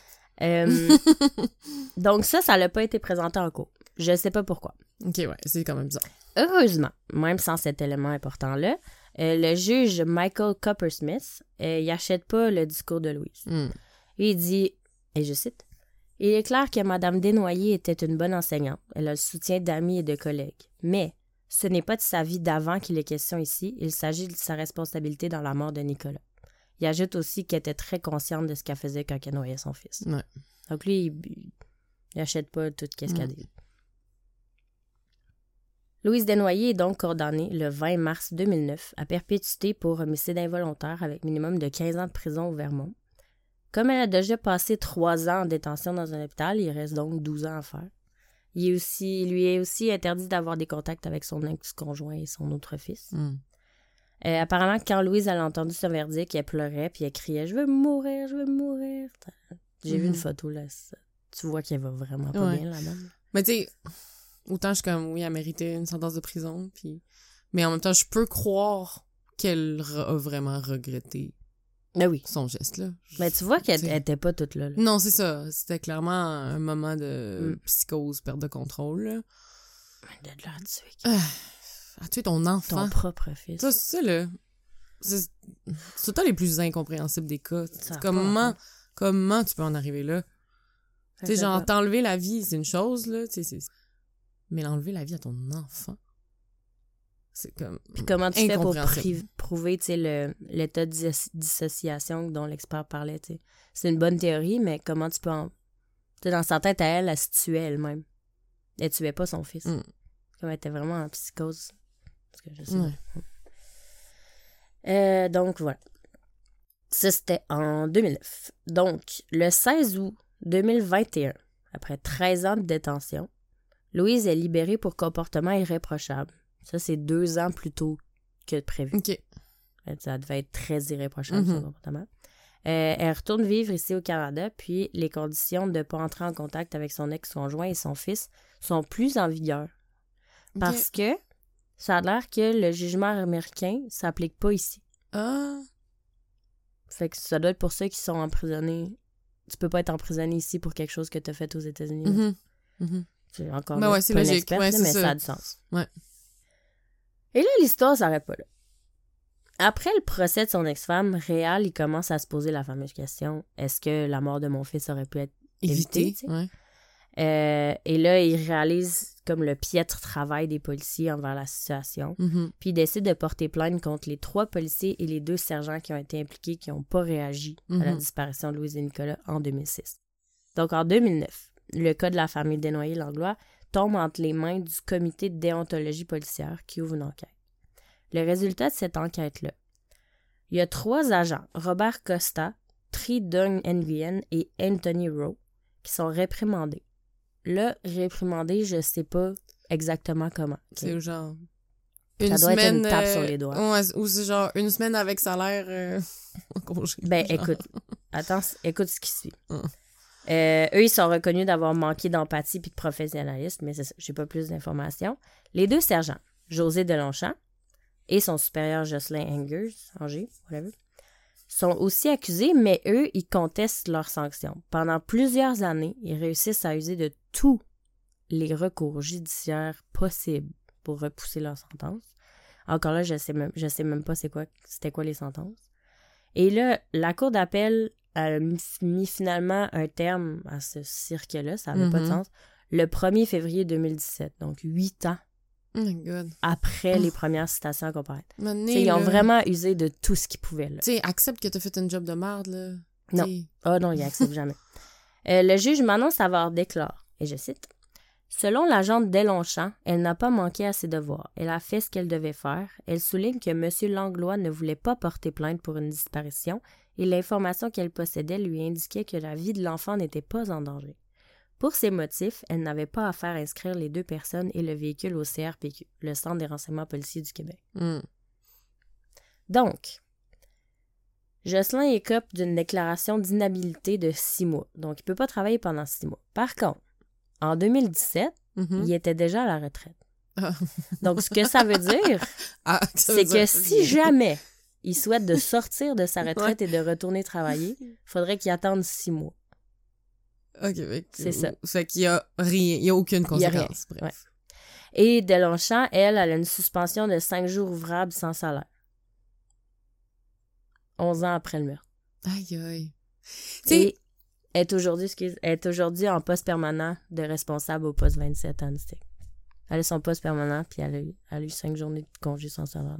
Donc ça l'a pas été présenté en cours. Je sais pas pourquoi. OK, ouais, c'est quand même bizarre. Heureusement, même sans cet élément important-là, le juge Michael Coppersmith, il achète pas le discours de Louise. Il dit, et je cite, « Il est clair que Mme Desnoyers était une bonne enseignante. Elle a le soutien d'amis et de collègues. Mais ce n'est pas de sa vie d'avant qu'il est question ici. Il s'agit de sa responsabilité dans la mort de Nicolas. » Il ajoute aussi qu'elle était très consciente de ce qu'elle faisait quand elle noyait son fils. Ouais. Donc lui, il achète pas tout ce qu'elle dit. Louise Desnoyers est donc condamnée le 20 mars 2009 à perpétuité pour homicide involontaire avec minimum de 15 ans de prison au Vermont. Comme elle a déjà passé 3 ans en détention dans un hôpital, il reste donc 12 ans à faire. Il lui est aussi interdit d'avoir des contacts avec son ex-conjoint et son autre fils. Apparemment, quand Louise a entendu ce verdict, elle pleurait puis elle criait « Je veux mourir, je veux mourir ». J'ai vu une photo, là. Tu vois qu'elle va vraiment pas bien, la dame. Mais tu sais, autant je suis comme, oui, elle méritait une sentence de prison, puis... Mais en même temps, je peux croire qu'elle a vraiment regretté son geste, là. Mais tu vois qu'elle était pas toute là. Non, c'est ça. C'était clairement un moment de psychose, perte de contrôle, là. De la tuer. Tuer ton enfant. Ton propre fils. Ça, c'est ça, là. C'est toi les plus incompréhensibles des cas. Comment tu peux en arriver là? Tu sais, genre, t'enlever la vie, c'est une chose, là. Mais l'enlever la vie à ton enfant, c'est comme. Puis comment tu fais pour prouver, tu sais, l'état de dissociation dont l'expert parlait, tu sais? C'est une bonne théorie, mais comment tu peux en. Tu sais, dans sa tête, elle se tuait elle-même. Elle tuait pas son fils. Comme elle était vraiment en psychose. Parce que je sais. Donc, voilà. Ça, c'était en 2009. Donc, le 16 août 2021, après 13 ans de détention, Louise est libérée pour comportement irréprochable. Ça, c'est 2 ans plus tôt que prévu. OK. Ça devait être très irréprochable, son comportement. Elle retourne vivre ici au Canada, puis les conditions de ne pas entrer en contact avec son ex-conjoint et son fils sont plus en vigueur. Parce que ça a l'air que le jugement américain ne s'applique pas ici. Fait que ça doit être pour ceux qui sont emprisonnés. Tu peux pas être emprisonné ici pour quelque chose que tu as fait aux États-Unis. C'est encore c'est logique. Mais ça. Ça a du sens. Ouais. Et là, l'histoire s'arrête pas là. Après le procès de son ex-femme, Réal, il commence à se poser la fameuse question, est-ce que la mort de mon fils aurait pu être évitée? Et là, il réalise comme le piètre travail des policiers envers la situation. Puis il décide de porter plainte contre les 3 policiers et les 2 sergents qui ont été impliqués, qui n'ont pas réagi à la disparition de Louise et Nicolas en 2006. Donc en 2009, le cas de la famille Desnoyers-Langlois tombe entre les mains du comité de déontologie policière qui ouvre une enquête. Le résultat de cette enquête-là, il y a 3 agents, Robert Costa, Tri Dung Nguyen et Anthony Rowe, qui sont réprimandés. Là, réprimandés, je sais pas exactement comment. Okay? C'est genre... Ça doit être une tape sur les doigts. Ouais, ou c'est genre une semaine avec salaire en congé. Ben, écoute ce qui suit. Eux, ils sont reconnus d'avoir manqué d'empathie puis de professionnalisme, mais c'est ça, j'ai pas plus d'informations. Les 2 sergents, José Delonchamp et son supérieur Jocelyn Angers, sont aussi accusés, mais eux, ils contestent leurs sanctions. Pendant plusieurs années, ils réussissent à user de tous les recours judiciaires possibles pour repousser leur sentence. Encore là, je sais même pas c'était quoi les sentences. Et là, la cour d'appel a mis finalement un terme à ce cirque-là, ça n'avait pas de sens, le 1er février 2017, donc 8 ans Oh my God. Après les premières citations à comparaître. Ils ont vraiment usé de tout ce qu'ils pouvaient. Tu sais, accepte que t'as fait un job de merde, là. Non. Non, il accepte jamais. Le juge Manon Savard déclare, et je cite, « Selon l'agente Delonchamp, elle n'a pas manqué à ses devoirs. Elle a fait ce qu'elle devait faire. Elle souligne que M. Langlois ne voulait pas porter plainte pour une disparition et l'information qu'elle possédait lui indiquait que la vie de l'enfant n'était pas en danger. Pour ces motifs, elle n'avait pas à faire inscrire les 2 personnes et le véhicule au CRPQ, le Centre des renseignements policiers du Québec. Donc, Jocelyn écope d'une déclaration d'inhabilité de 6 mois. Donc, il ne peut pas travailler pendant 6 mois. Par contre, en 2017, il était déjà à la retraite. Ah. Donc, ce que ça veut dire, c'est que si jamais il souhaite de sortir de sa retraite et de retourner travailler, il faudrait qu'il attende 6 mois. OK, c'est ça. Fait qu'il y a rien, il y a aucune conséquence. Il y a rien. Bref. Ouais. Et Delonchamp, elle a une suspension de 5 jours ouvrables sans salaire. 11 ans après le meurtre. Aïe, aïe. Et elle est aujourd'hui en poste permanent de responsable au poste 27 à Annecy. Elle a son poste permanent, puis elle a eu 5 journées de congé sans salaire.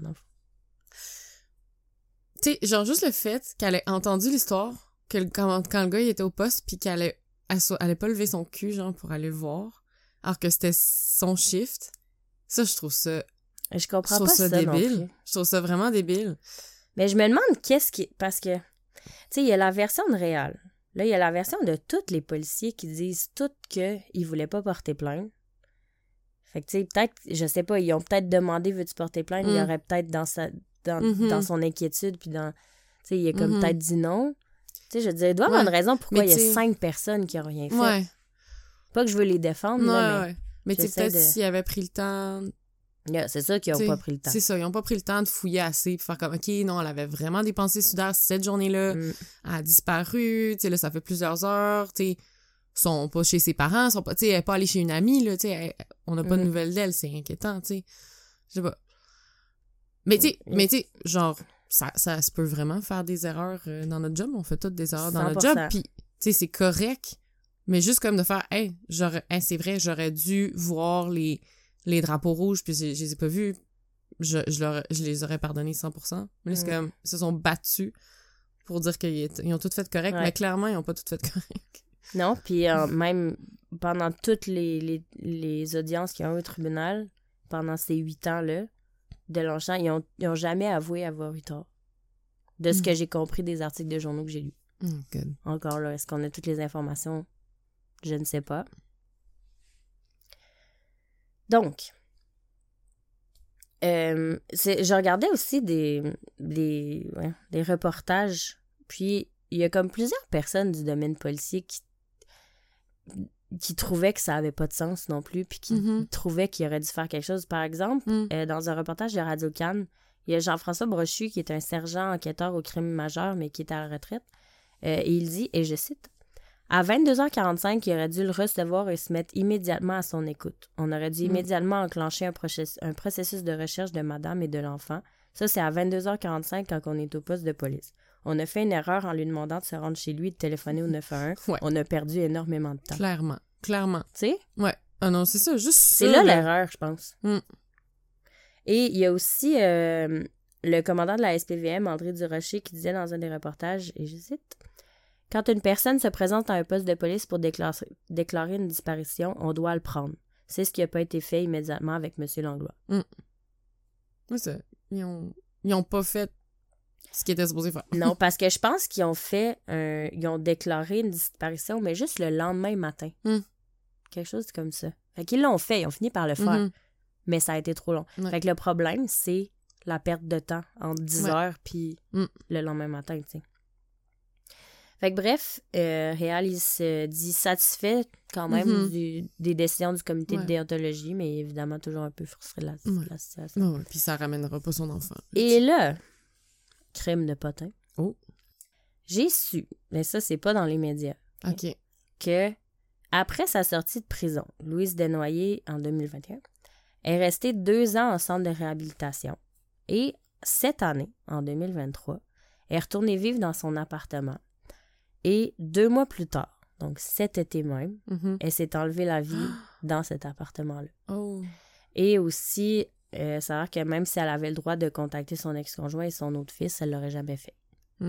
Tu sais, genre juste le fait qu'elle ait entendu l'histoire, que quand le gars il était au poste, puis qu'elle allait pas lever son cul, genre, pour aller le voir, alors que c'était son shift, ça, je trouve ça... Je comprends pas ça débile. non plus. Je trouve ça vraiment débile. Mais je me demande qu'est-ce qui... Parce que, tu sais, il y a la version de Réal. Là, il y a la version de tous les policiers qui disent tous qu'ils voulaient pas porter plainte. Fait que, tu sais, peut-être, je sais pas, ils ont peut-être demandé « Veux-tu porter plainte? » Il y aurait peut-être dans son inquiétude, puis dans... Tu sais, il a comme peut-être dit non. Tu sais, je veux dire, il doit y avoir une raison pourquoi il y a 5 personnes qui ont rien fait. Ouais. Pas que je veux les défendre, là, mais... Mais tu sais, peut-être s'ils avaient pris le temps... c'est ça qu'ils ont pas pris le temps. C'est ça, ils ont pas pris le temps de fouiller assez pour faire comme, OK, non, elle avait vraiment des pensées suicidaires cette journée-là. Elle a disparu, tu sais, là, ça fait plusieurs heures, tu sais, sont pas chez ses parents, sont pas, tu sais, elle est pas allée chez une amie, là, tu sais, on n'a pas de nouvelles d'elle, c'est inquiétant, tu sais. Je sais pas. Mais tu sais, genre, ça se peut vraiment faire des erreurs dans notre job, on fait toutes des erreurs dans notre job, puis, tu sais, c'est correct, mais juste comme de faire, c'est vrai, j'aurais dû voir les drapeaux rouges, puis je les ai pas vus, je les aurais pardonnés 100%. Mais là, c'est comme, ils se sont battus pour dire qu'ils ont tout fait correct, mais clairement, ils ont pas tout fait correct. Non, puis même pendant toutes les audiences qu'ils ont eu au tribunal, pendant ces 8 ans-là, Delonchamp, ils ont jamais avoué avoir eu tort. De ce que j'ai compris des articles de journaux que j'ai lus. Good. Encore là, est-ce qu'on a toutes les informations? Je ne sais pas. Donc, je regardais aussi des reportages, puis il y a comme plusieurs personnes du domaine policier qui trouvaient que ça avait pas de sens non plus, puis qui trouvaient qu'il aurait dû faire quelque chose. Par exemple, dans un reportage de Radio-Can, il y a Jean-François Brochu, qui est un sergent enquêteur au crime majeur, mais qui est à la retraite, et il dit, et je cite, « À 22h45, il aurait dû le recevoir et se mettre immédiatement à son écoute. On aurait dû immédiatement enclencher un processus de recherche de madame et de l'enfant. Ça, c'est à 22h45 quand on est au poste de police. On a fait une erreur en lui demandant de se rendre chez lui et de téléphoner au 911. Ouais. On a perdu énormément de temps. » Clairement. Tu sais? Ouais. Ah non, c'est ça, juste ça. C'est là l'erreur, je pense. Et il y a aussi le commandant de la SPVM, André Durocher, qui disait dans un des reportages, et je cite, « Quand une personne se présente à un poste de police pour déclarer une disparition, on doit le prendre. C'est ce qui n'a pas été fait immédiatement avec M. Langlois. » Oui, ça. Ils ont pas fait ce qu'ils étaient supposés faire. Non, parce que je pense qu'ils ont ils ont déclaré une disparition, mais juste le lendemain matin. Quelque chose comme ça. Fait qu'ils l'ont fait, ils ont fini par le faire. Mais ça a été trop long. Ouais. Fait que le problème, c'est la perte de temps entre 10 heures puis le lendemain matin, tu sais. Fait que bref, Réal, il se dit satisfait quand même des décisions du comité de déontologie, mais évidemment toujours un peu frustré de la situation. Ouais, puis ça ramènera pas son enfant. Et là, crime de potin. Oh. J'ai su, mais ça, c'est pas dans les médias. OK. Que, après sa sortie de prison, Louise Desnoyers, en 2021, est restée 2 ans en centre de réhabilitation. Et cette année, en 2023, elle est retournée vivre dans son appartement. Et 2 mois plus tard, donc cet été même, elle s'est enlevée la vie dans cet appartement-là. Oh. Et aussi, savoir que même si elle avait le droit de contacter son ex-conjoint et son autre fils, elle l'aurait jamais fait.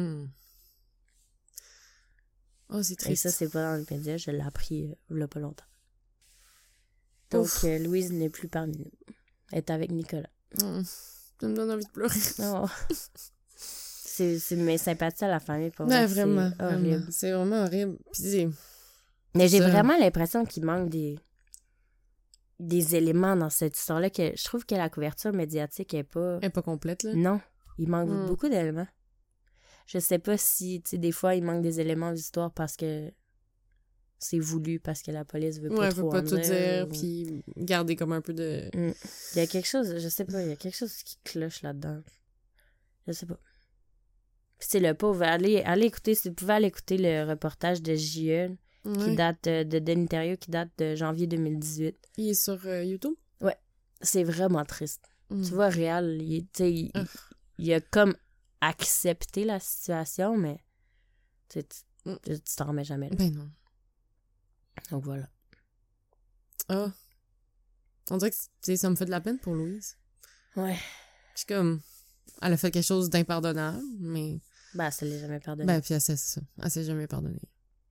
Oh, c'est triste. Et ça, c'est pas dans le média, je l'ai appris il y a pas longtemps. Donc, Louise n'est plus parmi nous. Elle est avec Nicolas. Ça me donne envie de pleurer. Oh. C'est mes sympathies à la famille pour moi. Vraiment, c'est horrible. Vraiment. C'est vraiment horrible. Puis, mais j'ai vraiment l'impression qu'il manque des éléments dans cette histoire-là. Que je trouve que la couverture médiatique est pas... Elle est pas complète, là? Non. Il manque beaucoup d'éléments. Je sais pas si, tu sais, des fois, il manque des éléments d'histoire parce que c'est voulu parce que la police veut pas Ouais, trop faut pas en tout dire, ou- puis garder comme un peu de... Il y a quelque chose, je sais pas, il y a quelque chose qui cloche là-dedans. Je sais pas. Puis c'est le pauvre, allez écouter, si vous pouvez aller écouter le reportage de JE qui date de Denis Thériault, qui date de janvier 2018. Il est sur YouTube? C'est vraiment triste. Tu vois, Réal, il a comme accepté la situation, mais tu t'en remets jamais. Là. Ben non. Donc voilà. Ah. On dirait que ça me fait de la peine pour Louise. Ouais. Je suis comme... Elle a fait quelque chose d'impardonnable, mais... Ben, ça l'est jamais pardonné. Ben, puis c'est ça. Elle s'est jamais pardonnée.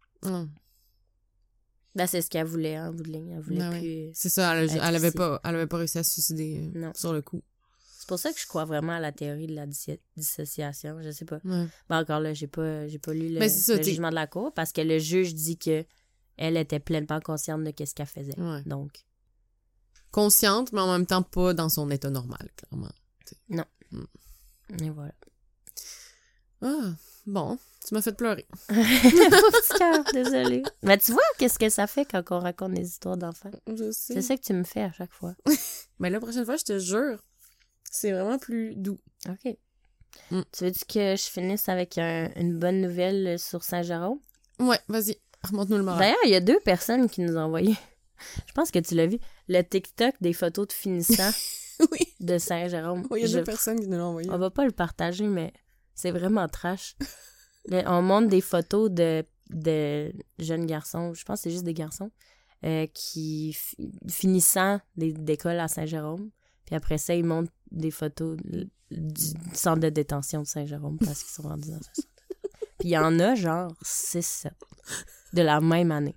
Ben, c'est ce qu'elle voulait, en bout de ligne. Elle voulait Ben plus... oui. C'est ça, elle avait pas réussi à se suicider sur le coup. C'est pour ça que je crois vraiment à la théorie de la dissociation. Je sais pas. Ouais. Ben, encore là, j'ai pas lu le ça, jugement de la cour parce que le juge dit que elle était pleinement consciente de ce qu'elle faisait. Ouais. Donc... Consciente, mais en même temps pas dans son état normal, clairement. Non. Et voilà. Ah, bon. Tu m'as fait pleurer. Petit cœur, désolée. Mais tu vois, qu'est-ce que ça fait quand on raconte des histoires d'enfants? Je sais. C'est ça que tu me fais à chaque fois. Mais la prochaine fois, je te jure, c'est vraiment plus doux. OK. Tu veux-tu que je finisse avec une bonne nouvelle sur Saint-Jérôme? Ouais, vas-y. Remonte-nous le moral. D'ailleurs, il y a 2 personnes qui nous ont envoyé, je pense que tu l'as vu, le TikTok des photos de finissants Oui. de Saint-Jérôme. Oui, il y a 2 personnes qui nous l'ont envoyé. On va pas le partager, mais c'est vraiment trash. On montre des photos de jeunes garçons, je pense que c'est juste des garçons, qui finissant d'école à Saint-Jérôme. Puis après ça, ils montrent des photos du centre de détention de Saint-Jérôme parce qu'ils sont rendus dans ce centre. Puis il y en a genre 6-7 de la même année.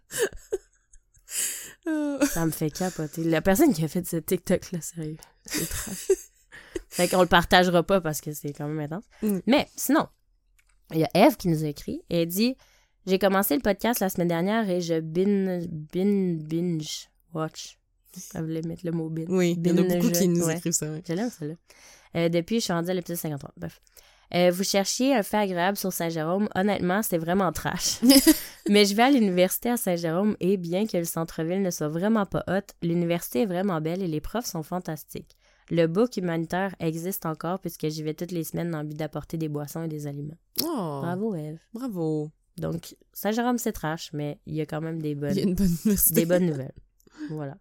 Ça me fait capoter. La personne qui a fait ce TikTok-là, sérieux, c'est trash. Fait qu'on le partagera pas parce que c'est quand même intense. Mais sinon, il y a Eve qui nous a écrit et elle dit « J'ai commencé le podcast la semaine dernière et je binge watch. » Elle voulait mettre le mot binge. Oui, il y en a beaucoup qui nous écrivent ça. Oui. Je l'aime, celle-là. Depuis, je suis rendue à l'épisode 53. Bref. Vous cherchiez un fait agréable sur Saint-Jérôme. Honnêtement, c'était vraiment trash. Mais je vais à l'université à Saint-Jérôme et bien que le centre-ville ne soit vraiment pas hot, l'université est vraiment belle et les profs sont fantastiques. Le book humanitaire existe encore puisque j'y vais toutes les semaines dans le but d'apporter des boissons et des aliments. Oh, bravo, Eve. Bravo. Donc, Saint-Jérôme, c'est trash, mais il y a quand même des bonnes, il y a une bonne université. Des bonnes nouvelles. Voilà.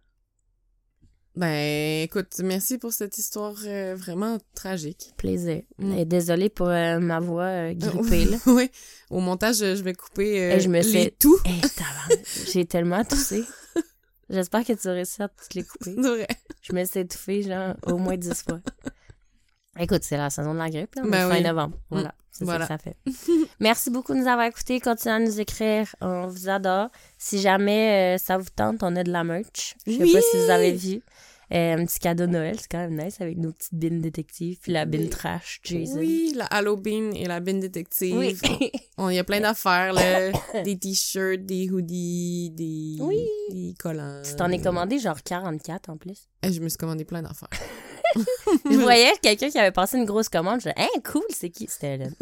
Ben, écoute, merci pour cette histoire vraiment tragique. Plaisir. Et désolée pour ma voix grippée, là. Oui. Au montage, je vais couper les tout. J'ai tellement toussé. J'espère que tu réussis à toutes les couper. C'est vrai. Je me suis étouffée, genre, au moins 10 fois. Écoute, c'est la saison de la grippe, là. Ben fin oui. novembre. Voilà. C'est ça que ça fait. Merci beaucoup de nous avoir écoutés. Continuez à nous écrire. On vous adore. Si jamais ça vous tente, on a de la merch. Je sais pas si vous avez vu. Un petit cadeau de Noël, c'est quand même nice avec nos petites bines détectives puis la bine trash Jason. Oui, la Halloween et la bine détective. Oui. Il y a plein d'affaires, là. Des t-shirts, des hoodies, des collants. Tu t'en es commandé genre 44 en plus. Je me suis commandé plein d'affares. Je voyais quelqu'un qui avait passé une grosse commande. Je disais, hein, cool, c'est qui? C'était Hélène.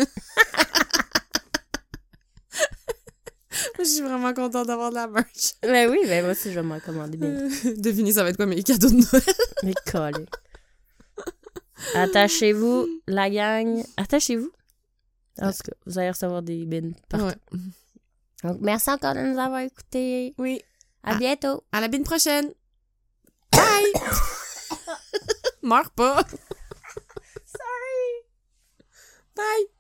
Je suis vraiment contente d'avoir de la merch. Ben oui, ben moi aussi, je vais m'en commander bien. Devinez, ça va être quoi mes cadeaux de Noël? Mais collé. Attachez-vous, la gang. Attachez-vous. En tout cas, vous allez recevoir des bins partout. Ouais. Donc, merci encore de nous avoir écoutés. Oui. À bientôt. À la bine prochaine. Bye! Meurs pas. Sorry. Bye.